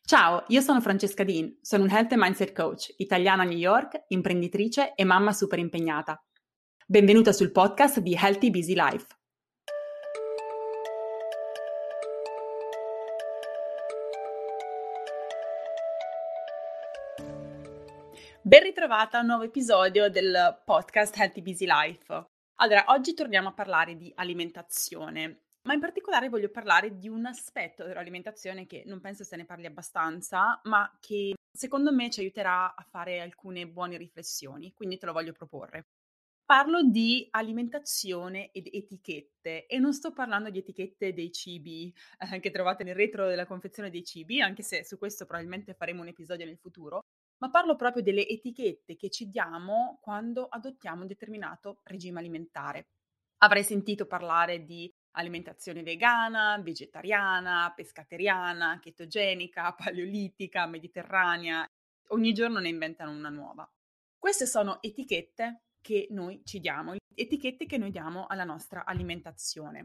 Ciao, io sono Francesca Dean, sono un Health and Mindset Coach, italiana a New York, imprenditrice e mamma super impegnata. Benvenuta sul podcast di Healthy Busy Life. Ben ritrovata a un nuovo episodio del podcast Healthy Busy Life. Allora, oggi torniamo a parlare di alimentazione, ma in particolare voglio parlare di un aspetto dell'alimentazione che non penso se ne parli abbastanza, ma che secondo me ci aiuterà a fare alcune buone riflessioni, quindi te lo voglio proporre. Parlo di alimentazione ed etichette e non sto parlando di etichette dei cibi, che trovate nel retro della confezione dei cibi, anche se su questo probabilmente faremo un episodio nel futuro, ma parlo proprio delle etichette che ci diamo quando adottiamo un determinato regime alimentare. Avrai sentito parlare di alimentazione vegana, vegetariana, pescateriana, chetogenica, paleolitica, mediterranea. Ogni giorno ne inventano una nuova. Queste sono etichette che noi ci diamo, etichette che noi diamo alla nostra alimentazione.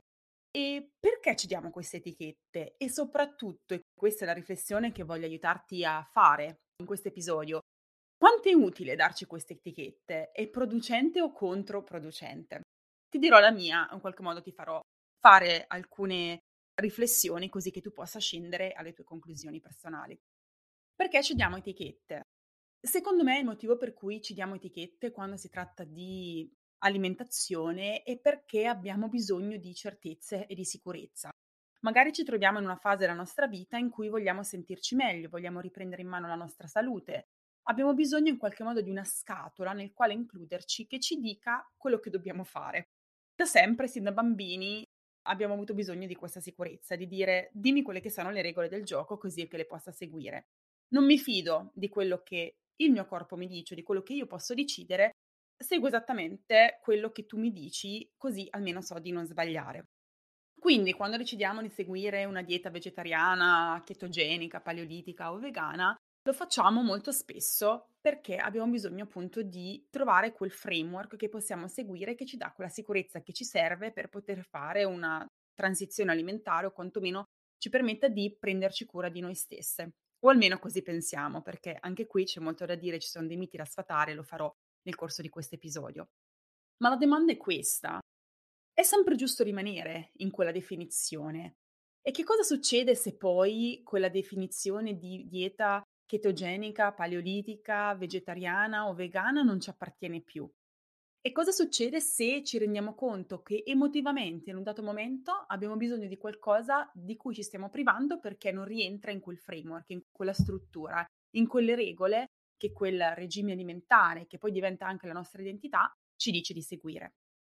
E perché ci diamo queste etichette? E soprattutto, e questa è la riflessione che voglio aiutarti a fare in questo episodio, quanto è utile darci queste etichette? È producente o controproducente? Ti dirò la mia, in qualche modo ti farò fare alcune riflessioni così che tu possa scendere alle tue conclusioni personali. Perché ci diamo etichette? Secondo me il motivo per cui ci diamo etichette quando si tratta di alimentazione è perché abbiamo bisogno di certezze e di sicurezza. Magari ci troviamo in una fase della nostra vita in cui vogliamo sentirci meglio, vogliamo riprendere in mano la nostra salute. Abbiamo bisogno in qualche modo di una scatola nel quale includerci che ci dica quello che dobbiamo fare. Da sempre, sin da bambini, abbiamo avuto bisogno di questa sicurezza, di dire dimmi quelle che sono le regole del gioco così che le possa seguire. Non mi fido di quello che il mio corpo mi dice, di quello che io posso decidere, seguo esattamente quello che tu mi dici, così almeno so di non sbagliare. Quindi quando decidiamo di seguire una dieta vegetariana, chetogenica, paleolitica o vegana, lo facciamo molto spesso perché abbiamo bisogno appunto di trovare quel framework che possiamo seguire che ci dà quella sicurezza che ci serve per poter fare una transizione alimentare o quantomeno ci permetta di prenderci cura di noi stesse. O almeno così pensiamo, perché anche qui c'è molto da dire, ci sono dei miti da sfatare, lo farò nel corso di questo episodio. Ma la domanda è questa: è sempre giusto rimanere in quella definizione? E che cosa succede se poi quella definizione di dieta chetogenica, paleolitica, vegetariana o vegana non ci appartiene più? E cosa succede se ci rendiamo conto che emotivamente in un dato momento abbiamo bisogno di qualcosa di cui ci stiamo privando perché non rientra in quel framework, in quella struttura, in quelle regole che quel regime alimentare, che poi diventa anche la nostra identità, ci dice di seguire?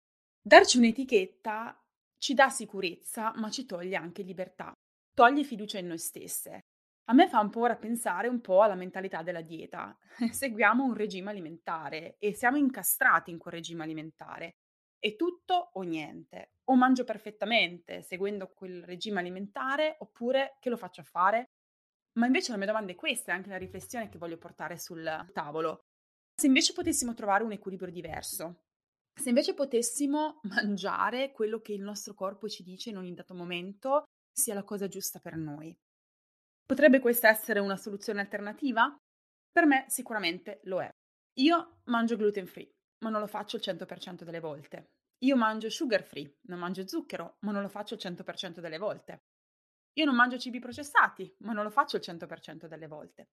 Darci un'etichetta ci dà sicurezza, ma ci toglie anche libertà, toglie fiducia in noi stesse. A me fa un po' ora pensare un po' alla mentalità della dieta. Seguiamo un regime alimentare e siamo incastrati in quel regime alimentare. È tutto o niente. O mangio perfettamente seguendo quel regime alimentare, oppure che lo faccio fare? Ma invece la mia domanda è questa, è anche la riflessione che voglio portare sul tavolo. Se invece potessimo trovare un equilibrio diverso, se invece potessimo mangiare quello che il nostro corpo ci dice in ogni dato momento sia la cosa giusta per noi, potrebbe questa essere una soluzione alternativa? Per me sicuramente lo è. Io mangio gluten free, ma non lo faccio il 100% delle volte. Io mangio sugar free, non mangio zucchero, ma non lo faccio il 100% delle volte. Io non mangio cibi processati, ma non lo faccio il 100% delle volte.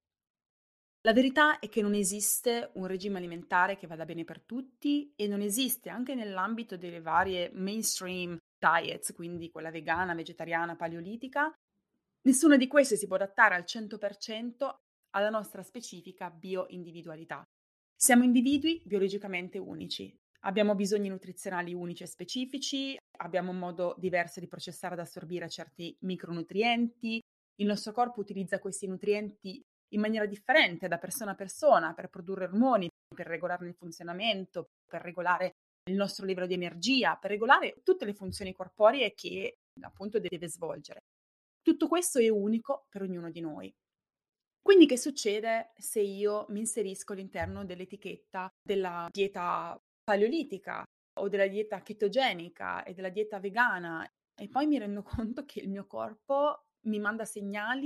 La verità è che non esiste un regime alimentare che vada bene per tutti e non esiste anche nell'ambito delle varie mainstream diets, quindi quella vegana, vegetariana, paleolitica, nessuna di queste si può adattare al 100% alla nostra specifica bioindividualità. Siamo individui biologicamente unici, abbiamo bisogni nutrizionali unici e specifici, abbiamo un modo diverso di processare ed assorbire certi micronutrienti, il nostro corpo utilizza questi nutrienti in maniera differente da persona a persona per produrre ormoni, per regolarne il funzionamento, per regolare il nostro livello di energia, per regolare tutte le funzioni corporee che appunto deve svolgere. Tutto questo è unico per ognuno di noi. Quindi che succede se io mi inserisco all'interno dell'etichetta della dieta paleolitica o della dieta chetogenica e della dieta vegana e poi mi rendo conto che il mio corpo mi manda segnali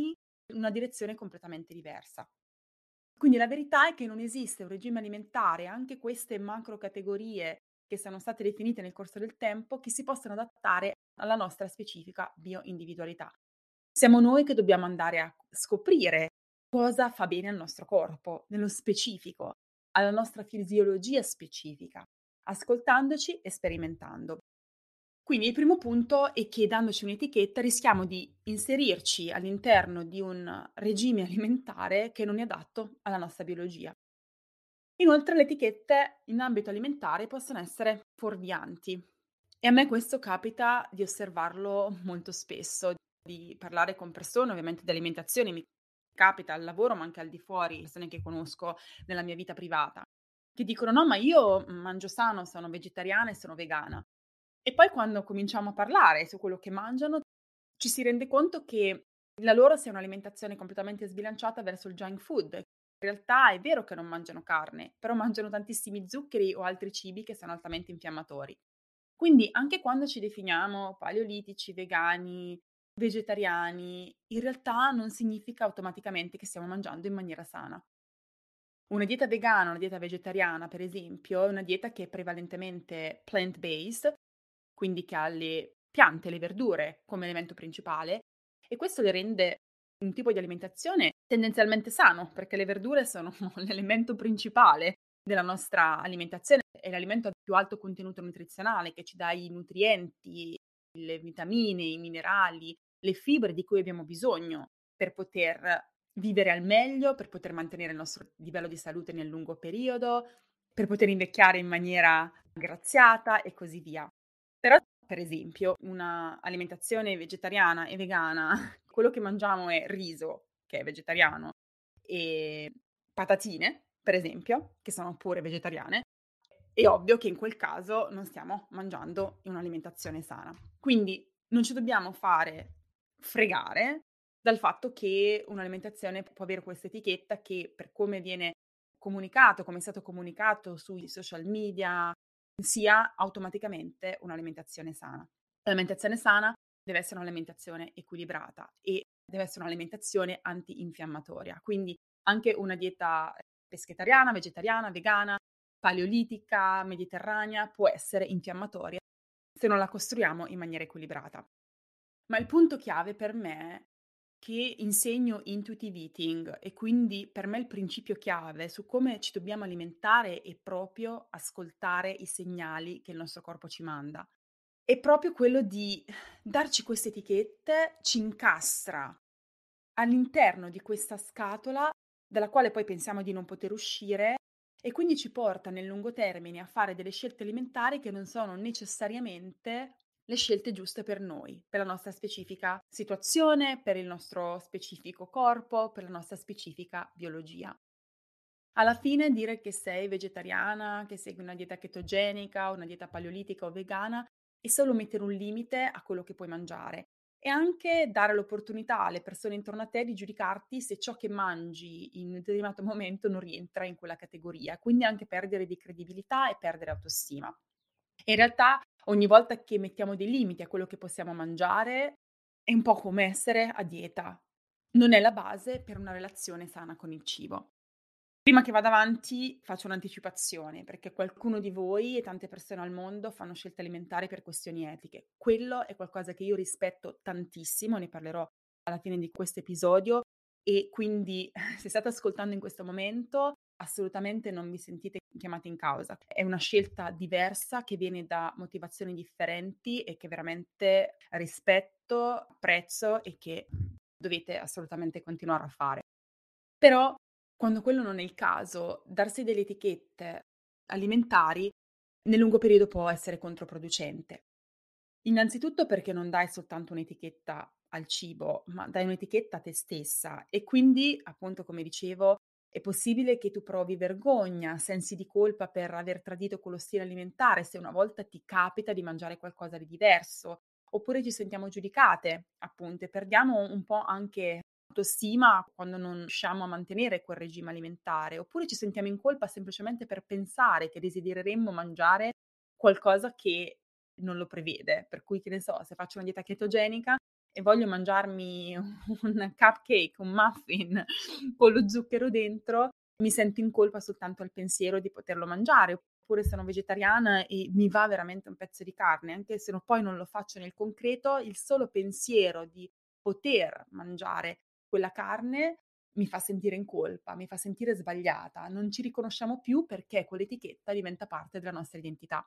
una direzione completamente diversa. Quindi la verità è che non esiste un regime alimentare, anche queste macro categorie che sono state definite nel corso del tempo, che si possono adattare alla nostra specifica bioindividualità. Siamo noi che dobbiamo andare a scoprire cosa fa bene al nostro corpo, nello specifico, alla nostra fisiologia specifica, ascoltandoci e sperimentando. Quindi il primo punto è che dandoci un'etichetta rischiamo di inserirci all'interno di un regime alimentare che non è adatto alla nostra biologia. Inoltre le etichette in ambito alimentare possono essere fuorvianti e a me questo capita di osservarlo molto spesso, di parlare con persone ovviamente di alimentazione, mi capita al lavoro ma anche al di fuori, persone che conosco nella mia vita privata, che dicono no ma io mangio sano, sono vegetariana e sono vegana. E poi quando cominciamo a parlare su quello che mangiano, ci si rende conto che la loro sia un'alimentazione completamente sbilanciata verso il junk food. In realtà è vero che non mangiano carne, però mangiano tantissimi zuccheri o altri cibi che sono altamente infiammatori. Quindi anche quando ci definiamo paleolitici, vegani, vegetariani, in realtà non significa automaticamente che stiamo mangiando in maniera sana. Una dieta vegana, una dieta vegetariana, per esempio, è una dieta che è prevalentemente plant-based, quindi che ha le piante, le verdure come elemento principale e questo le rende un tipo di alimentazione tendenzialmente sano, perché le verdure sono l'elemento principale della nostra alimentazione, è l'alimento a più alto contenuto nutrizionale che ci dà i nutrienti, le vitamine, i minerali, le fibre di cui abbiamo bisogno per poter vivere al meglio, per poter mantenere il nostro livello di salute nel lungo periodo, per poter invecchiare in maniera graziata e così via. Però, per esempio, una alimentazione vegetariana e vegana, quello che mangiamo è riso, che è vegetariano, e patatine, per esempio, che sono pure vegetariane, è ovvio che in quel caso non stiamo mangiando un'alimentazione sana. Quindi non ci dobbiamo fare fregare dal fatto che un'alimentazione può avere questa etichetta che per come viene comunicato, come è stato comunicato sui social media, sia automaticamente un'alimentazione sana. L'alimentazione sana deve essere un'alimentazione equilibrata e deve essere un'alimentazione antinfiammatoria. Quindi anche una dieta peschetariana, vegetariana, vegana, paleolitica, mediterranea può essere infiammatoria se non la costruiamo in maniera equilibrata. Ma il punto chiave per me che insegno intuitive eating e quindi per me il principio chiave su come ci dobbiamo alimentare è proprio ascoltare i segnali che il nostro corpo ci manda. È proprio quello di darci queste etichette, ci incastra all'interno di questa scatola dalla quale poi pensiamo di non poter uscire e quindi ci porta nel lungo termine a fare delle scelte alimentari che non sono necessariamente le scelte giuste per noi, per la nostra specifica situazione, per il nostro specifico corpo, per la nostra specifica biologia. Alla fine dire che sei vegetariana, che segui una dieta chetogenica, una dieta paleolitica o vegana, è solo mettere un limite a quello che puoi mangiare e anche dare l'opportunità alle persone intorno a te di giudicarti se ciò che mangi in un determinato momento non rientra in quella categoria, quindi anche perdere di credibilità e perdere autostima. E in realtà ogni volta che mettiamo dei limiti a quello che possiamo mangiare è un po' come essere a dieta. Non è la base per una relazione sana con il cibo. Prima che vada avanti faccio un'anticipazione, perché qualcuno di voi e tante persone al mondo fanno scelte alimentari per questioni etiche. Quello è qualcosa che io rispetto tantissimo, ne parlerò alla fine di questo episodio e quindi se state ascoltando in questo momento assolutamente non vi sentite chiamati in causa. È una scelta diversa che viene da motivazioni differenti e che veramente rispetto, apprezzo e che dovete assolutamente continuare a fare. Però, quando quello non è il caso, darsi delle etichette alimentari nel lungo periodo può essere controproducente. Innanzitutto perché non dai soltanto un'etichetta al cibo, ma dai un'etichetta a te stessa e quindi, appunto, come dicevo, è possibile che tu provi vergogna, sensi di colpa per aver tradito quello stile alimentare se una volta ti capita di mangiare qualcosa di diverso, oppure ci sentiamo giudicate, appunto, e perdiamo un po' anche autostima quando non riusciamo a mantenere quel regime alimentare, oppure ci sentiamo in colpa semplicemente per pensare che desidereremmo mangiare qualcosa che non lo prevede. Per cui, che ne so, se faccio una dieta chetogenica e voglio mangiarmi un cupcake, un muffin con lo zucchero dentro, mi sento in colpa soltanto al pensiero di poterlo mangiare. Oppure sono vegetariana e mi va veramente un pezzo di carne, anche se poi non lo faccio nel concreto, il solo pensiero di poter mangiare quella carne mi fa sentire in colpa, mi fa sentire sbagliata. Non ci riconosciamo più perché quell'etichetta diventa parte della nostra identità.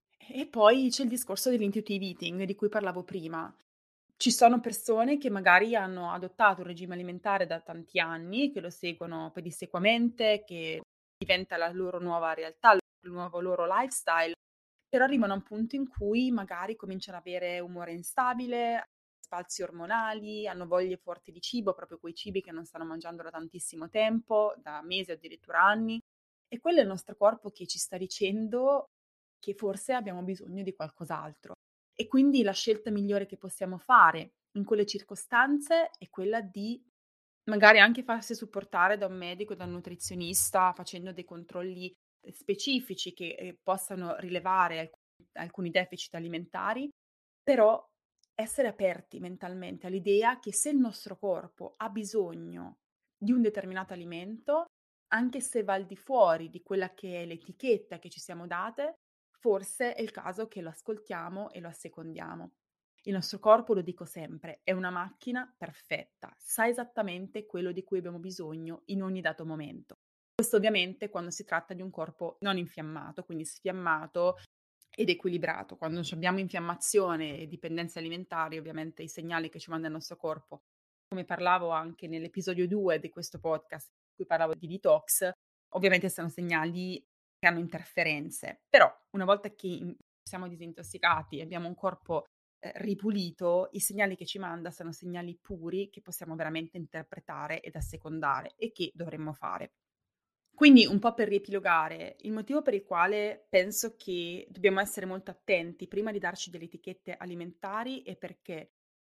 E poi c'è il discorso dell'intuitive eating di cui parlavo prima. Ci sono persone che magari hanno adottato un regime alimentare da tanti anni, che lo seguono pedissequamente, che diventa la loro nuova realtà, il nuovo loro lifestyle, però arrivano a un punto in cui magari cominciano ad avere umore instabile, sbalzi ormonali, hanno voglie forti di cibo, proprio quei cibi che non stanno mangiando da tantissimo tempo, da mesi o addirittura anni. E quello è il nostro corpo che ci sta dicendo che forse abbiamo bisogno di qualcos'altro. E quindi la scelta migliore che possiamo fare in quelle circostanze è quella di magari anche farsi supportare da un medico, da un nutrizionista, facendo dei controlli, specifici che, possano rilevare alcuni deficit alimentari, però essere aperti mentalmente all'idea che se il nostro corpo ha bisogno di un determinato alimento, anche se va al di fuori di quella che è l'etichetta che ci siamo date, forse è il caso che lo ascoltiamo e lo assecondiamo. Il nostro corpo, lo dico sempre, è una macchina perfetta, sa esattamente quello di cui abbiamo bisogno in ogni dato momento. Questo ovviamente quando si tratta di un corpo non infiammato, quindi sfiammato ed equilibrato. Quando abbiamo infiammazione e dipendenze alimentari, ovviamente i segnali che ci manda il nostro corpo, come parlavo anche nell'episodio 2 di questo podcast, in cui parlavo di detox, ovviamente sono segnali che hanno interferenze. Però una volta che siamo disintossicati e abbiamo un corpo ripulito, i segnali che ci manda sono segnali puri che possiamo veramente interpretare ed assecondare e che dovremmo fare. Quindi un po' per riepilogare, il motivo per il quale penso che dobbiamo essere molto attenti prima di darci delle etichette alimentari è perché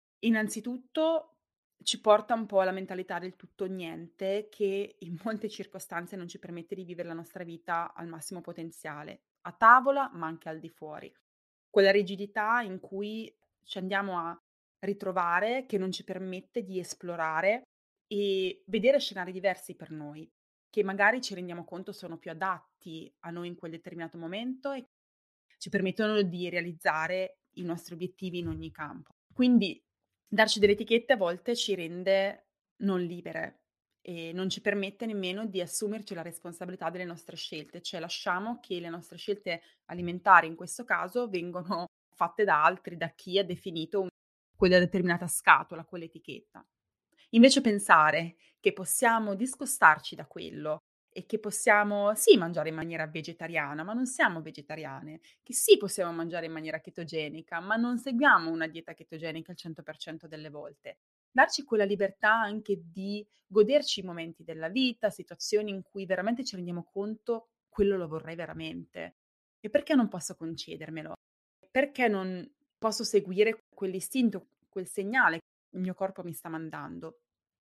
innanzitutto ci porta un po' alla mentalità del tutto o niente che in molte circostanze non ci permette di vivere la nostra vita al massimo potenziale, a tavola ma anche al di fuori. Quella rigidità in cui ci andiamo a ritrovare che non ci permette di esplorare e vedere scenari diversi per noi, che magari ci rendiamo conto sono più adatti a noi in quel determinato momento e ci permettono di realizzare i nostri obiettivi in ogni campo. Quindi darci delle etichette a volte ci rende non libere e non ci permette nemmeno di assumerci la responsabilità delle nostre scelte, cioè lasciamo che le nostre scelte alimentari in questo caso vengono fatte da altri, da chi ha definito quella determinata scatola, quell'etichetta. Invece pensare che possiamo discostarci da quello e che possiamo sì mangiare in maniera vegetariana, ma non siamo vegetariane, che sì possiamo mangiare in maniera chetogenica, ma non seguiamo una dieta chetogenica al 100% delle volte. Darci quella libertà anche di goderci i momenti della vita, situazioni in cui veramente ci rendiamo conto, quello lo vorrei veramente. E perché non posso concedermelo? Perché non posso seguire quell'istinto, quel segnale che il mio corpo mi sta mandando?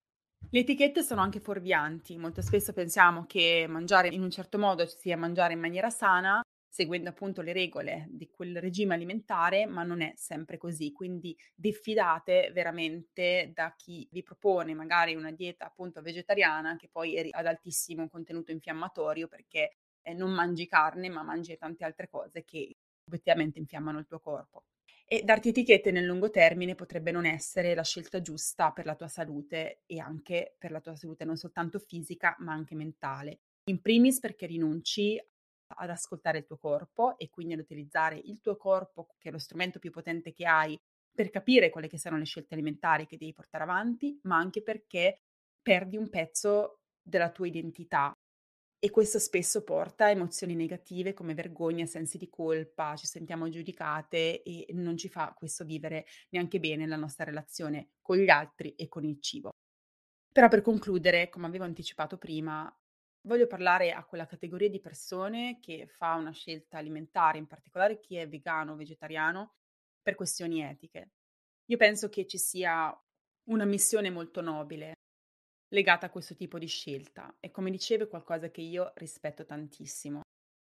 Le etichette sono anche fuorvianti. Molto spesso pensiamo che mangiare in un certo modo sia mangiare in maniera sana, seguendo appunto le regole di quel regime alimentare, ma non è sempre così. Quindi diffidate veramente da chi vi propone magari una dieta appunto vegetariana che poi è ad altissimo contenuto infiammatorio perché non mangi carne, ma mangi tante altre cose che obiettivamente infiammano il tuo corpo. E darti etichette nel lungo termine potrebbe non essere la scelta giusta per la tua salute e anche per la tua salute non soltanto fisica, ma anche mentale. In primis perché rinunci ad ascoltare il tuo corpo e quindi ad utilizzare il tuo corpo, che è lo strumento più potente che hai, per capire quelle che sono le scelte alimentari che devi portare avanti, ma anche perché perdi un pezzo della tua identità e questo spesso porta a emozioni negative come vergogna, sensi di colpa, ci sentiamo giudicate e non ci fa questo vivere neanche bene la nostra relazione con gli altri e con il cibo. Però per concludere, come avevo anticipato prima, voglio parlare a quella categoria di persone che fa una scelta alimentare, in particolare chi è vegano o vegetariano, per questioni etiche. Io penso che ci sia una missione molto nobile legata a questo tipo di scelta e come dicevo è qualcosa che io rispetto tantissimo.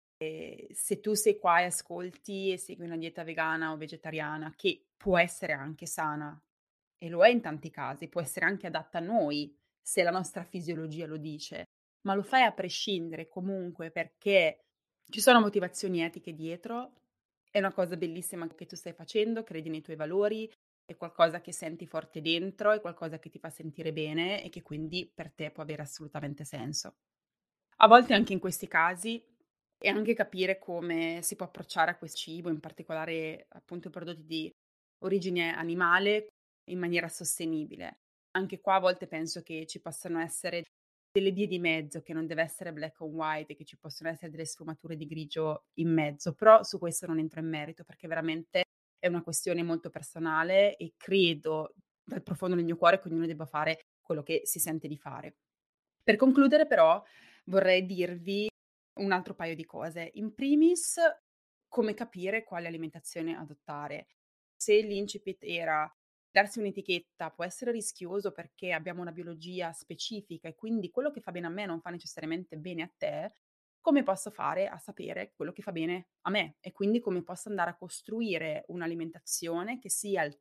Se tu sei qua e ascolti e segui una dieta vegana o vegetariana, che può essere anche sana, e lo è in tanti casi, può essere anche adatta a noi se la nostra fisiologia lo dice, ma lo fai a prescindere comunque perché ci sono motivazioni etiche dietro, è una cosa bellissima che tu stai facendo, credi nei tuoi valori, è qualcosa che senti forte dentro, è qualcosa che ti fa sentire bene e che quindi per te può avere assolutamente senso. A volte anche in questi casi è anche capire come si può approcciare a questo cibo, in particolare appunto i prodotti di origine animale, in maniera sostenibile. Anche qua a volte penso che ci possano essere delle vie di mezzo, che non deve essere black or white, e che ci possono essere delle sfumature di grigio in mezzo, però su questo non entro in merito perché veramente è una questione molto personale e credo dal profondo del mio cuore che ognuno debba fare quello che si sente di fare. Per concludere però vorrei dirvi un altro paio di cose. In primis, come capire quale alimentazione adottare. Se l'incipit era darsi un'etichetta può essere rischioso perché abbiamo una biologia specifica e quindi quello che fa bene a me non fa necessariamente bene a te, come posso fare a sapere quello che fa bene a me e quindi come posso andare a costruire un'alimentazione che sia al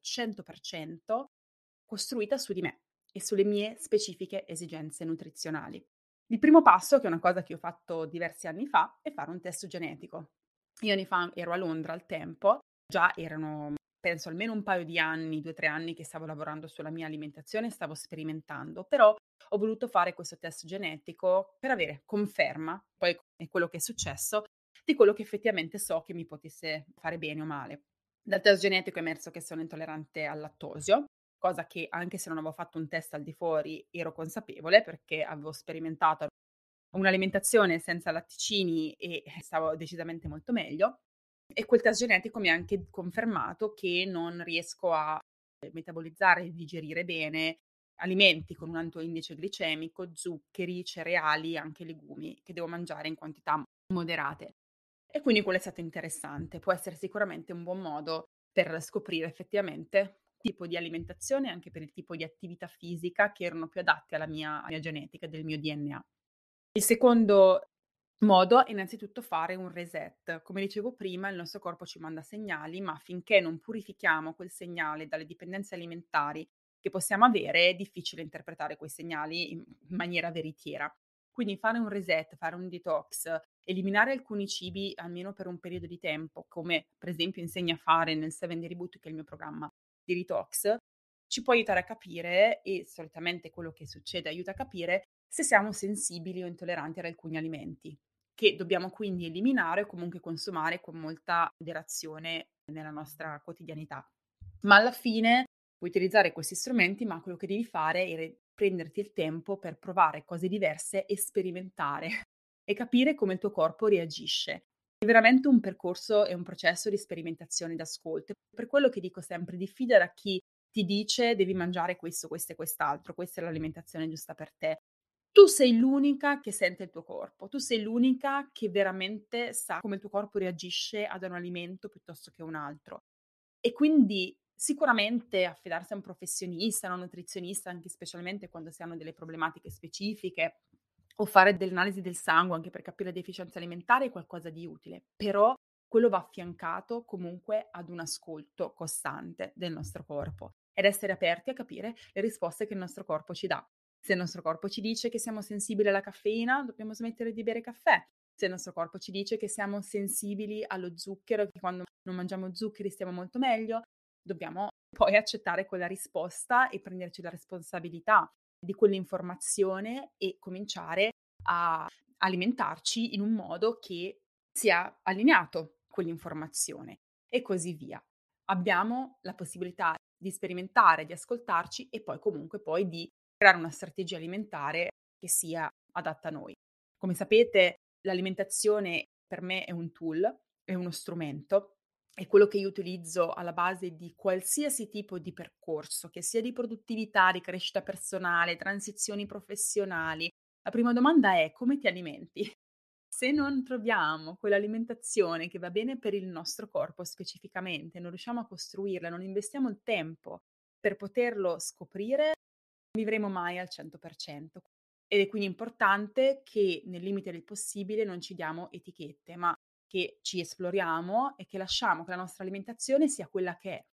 100% costruita su di me e sulle mie specifiche esigenze nutrizionali. Il primo passo, che è una cosa che ho fatto diversi anni fa, è fare un test genetico. Io anni fa ero a Londra al tempo, già erano penso almeno un paio di anni, 2, 3 anni che stavo lavorando sulla mia alimentazione, stavo sperimentando, però ho voluto fare questo test genetico per avere conferma, poi è quello che è successo, di quello che effettivamente so che mi potesse fare bene o male. Dal test genetico è emerso che sono intollerante al lattosio, cosa che anche se non avevo fatto un test al di fuori ero consapevole perché avevo sperimentato un'alimentazione senza latticini e stavo decisamente molto meglio. E quel test genetico mi ha anche confermato che non riesco a metabolizzare e digerire bene alimenti con un alto indice glicemico, zuccheri, cereali, anche legumi, che devo mangiare in quantità moderate. E quindi quello è stato interessante. Può essere sicuramente un buon modo per scoprire effettivamente il tipo di alimentazione, anche per il tipo di attività fisica che erano più adatte alla mia genetica, del mio DNA. Il secondo modo è innanzitutto fare un reset. Come dicevo prima, il nostro corpo ci manda segnali, ma finché non purifichiamo quel segnale dalle dipendenze alimentari che possiamo avere, è difficile interpretare quei segnali in maniera veritiera. Quindi fare un reset, fare un detox, eliminare alcuni cibi almeno per un periodo di tempo, come per esempio insegna a fare nel 7 Day Reboot, che è il mio programma di detox, ci può aiutare a capire, e solitamente quello che succede aiuta a capire, se siamo sensibili o intolleranti ad alcuni alimenti, che dobbiamo quindi eliminare o comunque consumare con molta moderazione nella nostra quotidianità. Ma alla fine puoi utilizzare questi strumenti, ma quello che devi fare è prenderti il tempo per provare cose diverse e sperimentare e capire come il tuo corpo reagisce. È veramente un percorso e un processo di sperimentazione ed ascolto. Per quello che dico sempre, diffida da chi ti dice devi mangiare questo, questo e quest'altro, questa è l'alimentazione giusta per te. Tu sei l'unica che sente il tuo corpo, tu sei l'unica che veramente sa come il tuo corpo reagisce ad un alimento piuttosto che un altro. E quindi sicuramente affidarsi a un professionista, a un nutrizionista, anche specialmente quando si hanno delle problematiche specifiche, o fare delle analisi del sangue anche per capire la deficienza alimentare è qualcosa di utile, però quello va affiancato comunque ad un ascolto costante del nostro corpo ed essere aperti a capire le risposte che il nostro corpo ci dà. Se il nostro corpo ci dice che siamo sensibili alla caffeina, dobbiamo smettere di bere caffè. Se il nostro corpo ci dice che siamo sensibili allo zucchero, che quando non mangiamo zuccheri stiamo molto meglio, dobbiamo poi accettare quella risposta e prenderci la responsabilità di quell'informazione e cominciare a alimentarci in un modo che sia allineato con l'informazione e così via. Abbiamo la possibilità di sperimentare, di ascoltarci e poi comunque poi di creare una strategia alimentare che sia adatta a noi. Come sapete, l'alimentazione per me è un tool, è uno strumento, è quello che io utilizzo alla base di qualsiasi tipo di percorso, che sia di produttività, di crescita personale, transizioni professionali. La prima domanda è: come ti alimenti? Se non troviamo quell'alimentazione che va bene per il nostro corpo specificamente, non riusciamo a costruirla, non investiamo il tempo per poterlo scoprire, non vivremo mai al 100%. Ed è quindi importante che nel limite del possibile non ci diamo etichette, ma che ci esploriamo e che lasciamo che la nostra alimentazione sia quella che è.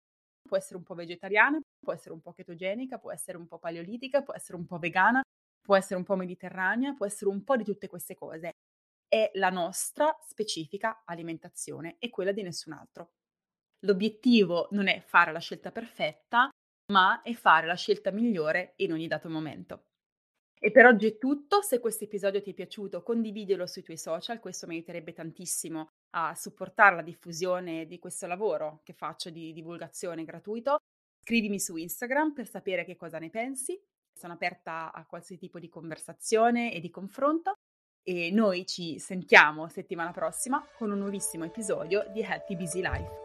può essere un po' vegetariana, può essere un po' chetogenica, può essere un po' paleolitica, può essere un po' vegana, può essere un po' mediterranea, può essere un po' di tutte queste cose. È la nostra specifica alimentazione e quella di nessun altro. L'obiettivo non è fare la scelta perfetta, ma è fare la scelta migliore in ogni dato momento. E per oggi è tutto. Se questo episodio ti è piaciuto, condividilo sui tuoi social, questo mi aiuterebbe tantissimo a supportare la diffusione di questo lavoro che faccio di divulgazione gratuito. Scrivimi su Instagram per sapere che cosa ne pensi. Sono aperta a qualsiasi tipo di conversazione e di confronto e noi ci sentiamo settimana prossima con un nuovissimo episodio di Happy Busy Life.